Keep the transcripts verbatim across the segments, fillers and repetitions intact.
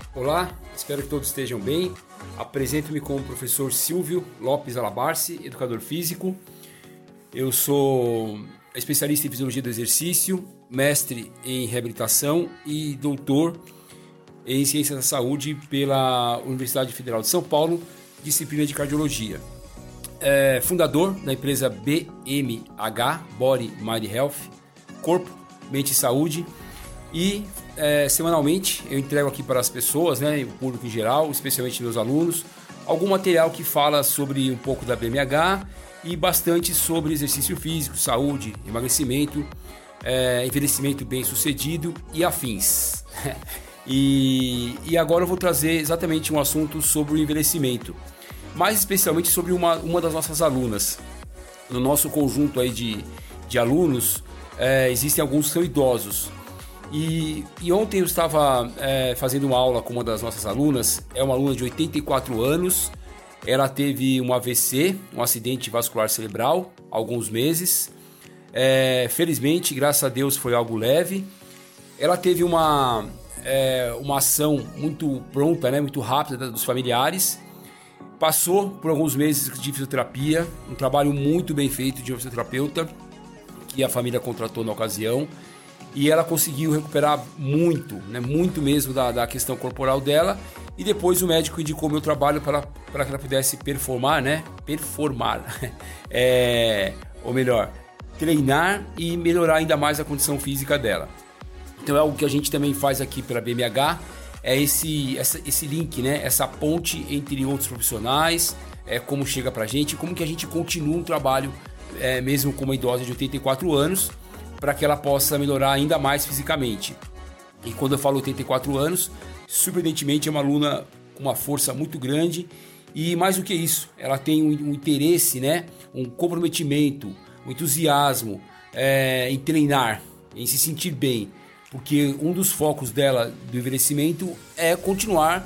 Olá, espero que todos estejam bem. Apresento-me como o professor Silvio Lopes Alabarce, educador físico. Eu sou especialista em fisiologia do exercício, mestre em reabilitação e doutor em ciências da saúde pela Universidade Federal de São Paulo, disciplina de cardiologia. É fundador da empresa B M H, Body Mind Health, Corpo, Mente e Saúde. E é, semanalmente eu entrego aqui para as pessoas, né, o público em geral, especialmente meus alunos, algum material que fala sobre um pouco da B M H e bastante sobre exercício físico, saúde, emagrecimento, é, envelhecimento bem sucedido e afins. e, e agora eu vou trazer exatamente um assunto sobre o envelhecimento, mais especialmente sobre uma, uma das nossas alunas. No nosso conjunto aí de, de alunos, é, existem alguns que são idosos. E, e ontem eu estava é, fazendo uma aula com uma das nossas alunas. É uma aluna de oitenta e quatro anos. Ela teve um A V C, um acidente vascular cerebral, há alguns meses. É, felizmente, graças a Deus, foi algo leve. Ela teve uma, é, uma ação muito pronta, né, muito rápida dos familiares. Passou por alguns meses de fisioterapia, um trabalho muito bem feito de um fisioterapeuta que a família contratou na ocasião. E ela conseguiu recuperar muito, né, muito mesmo da, da questão corporal dela. E depois o médico indicou meu trabalho para, para que ela pudesse performar, né? Performar. É, ou melhor, treinar e melhorar ainda mais a condição física dela. Então é algo que a gente também faz aqui pela B M H. É esse, essa, esse link, né? Essa ponte entre outros profissionais. É, como chega pra gente, como que a gente continua um trabalho, é, mesmo com uma idosa de oitenta e quatro anos, para que ela possa melhorar ainda mais fisicamente. E quando eu falo oitenta e quatro anos, surpreendentemente é uma aluna com uma força muito grande e mais do que isso, ela tem um, um interesse, né, um comprometimento, um entusiasmo é, em treinar, em se sentir bem, porque um dos focos dela do envelhecimento é continuar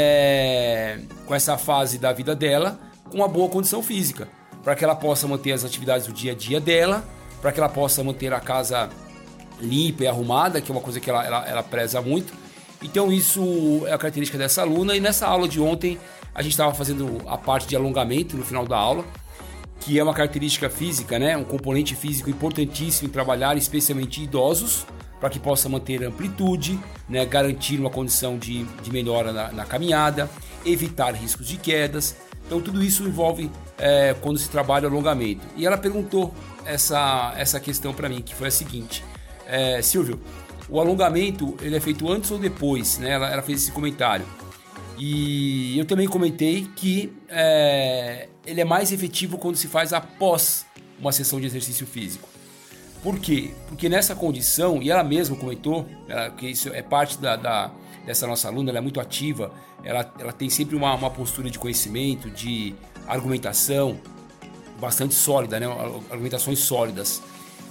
é, com essa fase da vida dela com uma boa condição física, para que ela possa manter as atividades do dia a dia dela, para que ela possa manter a casa limpa e arrumada, que é uma coisa que ela, ela, ela preza muito. Então isso é a característica dessa aluna. E nessa aula de ontem a gente estava fazendo a parte de alongamento no final da aula, que é uma característica física, né? Um componente físico importantíssimo em trabalhar, especialmente idosos, para que possa manter amplitude, né? Garantir uma condição de, de melhora na, na caminhada, evitar riscos de quedas. Então tudo isso envolve é, quando se trabalha alongamento. E ela perguntou essa, essa questão para mim, que foi a seguinte: é, Silvio, o alongamento ele é feito antes ou depois? Né? Ela, ela fez esse comentário. E eu também comentei que é, ele é mais efetivo quando se faz após uma sessão de exercício físico. Por quê? Porque nessa condição, e ela mesma comentou, ela, que isso é parte da, da, dessa nossa aluna, ela é muito ativa, ela, ela tem sempre uma, uma postura de conhecimento, de argumentação bastante sólida, né? Argumentações sólidas.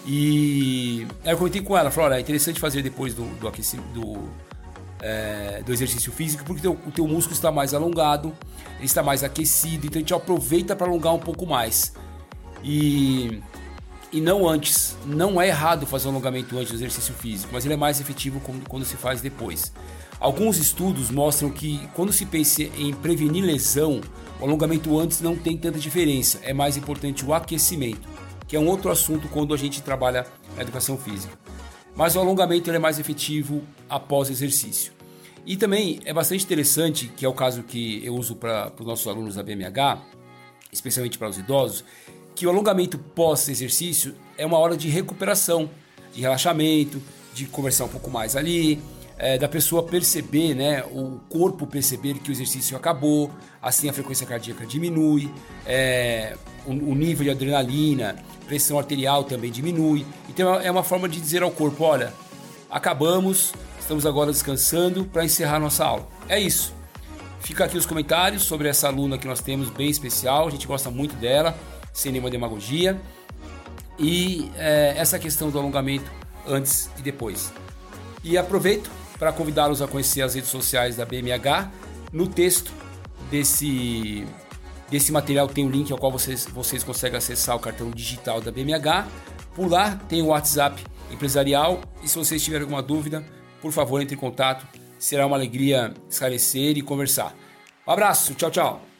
E aí eu comentei com ela, falei, olha, é interessante fazer depois do, do, do, é, do exercício físico, porque teu, o teu músculo está mais alongado, ele está mais aquecido, então a gente aproveita para alongar um pouco mais. E... E não antes, não é errado fazer um alongamento antes do exercício físico, mas ele é mais efetivo quando se faz depois. Alguns estudos mostram que quando se pensa em prevenir lesão, o alongamento antes não tem tanta diferença, é mais importante o aquecimento, que é um outro assunto quando a gente trabalha na educação física. Mas o alongamento ele é mais efetivo após o exercício. E também é bastante interessante, que é o caso que eu uso para os nossos alunos da B M H, especialmente para os idosos, que o alongamento pós-exercício é uma hora de recuperação, de relaxamento, de conversar um pouco mais ali, é, da pessoa perceber, né, o corpo perceber que o exercício acabou, assim a frequência cardíaca diminui, é, o, o nível de adrenalina, pressão arterial também diminui. Então é uma forma de dizer ao corpo, olha, acabamos, estamos agora descansando para encerrar nossa aula. É isso. Fica aqui os comentários sobre essa aluna que nós temos, bem especial, a gente gosta muito dela, sem nenhuma demagogia, e é, essa questão do alongamento antes e depois. E aproveito para convidá-los a conhecer as redes sociais da B M H. No texto desse, desse material tem um link ao qual vocês, vocês conseguem acessar o cartão digital da B M H. Por lá tem o WhatsApp empresarial, e se vocês tiverem alguma dúvida, por favor, entre em contato Será uma alegria esclarecer e conversar. Um abraço, tchau, tchau.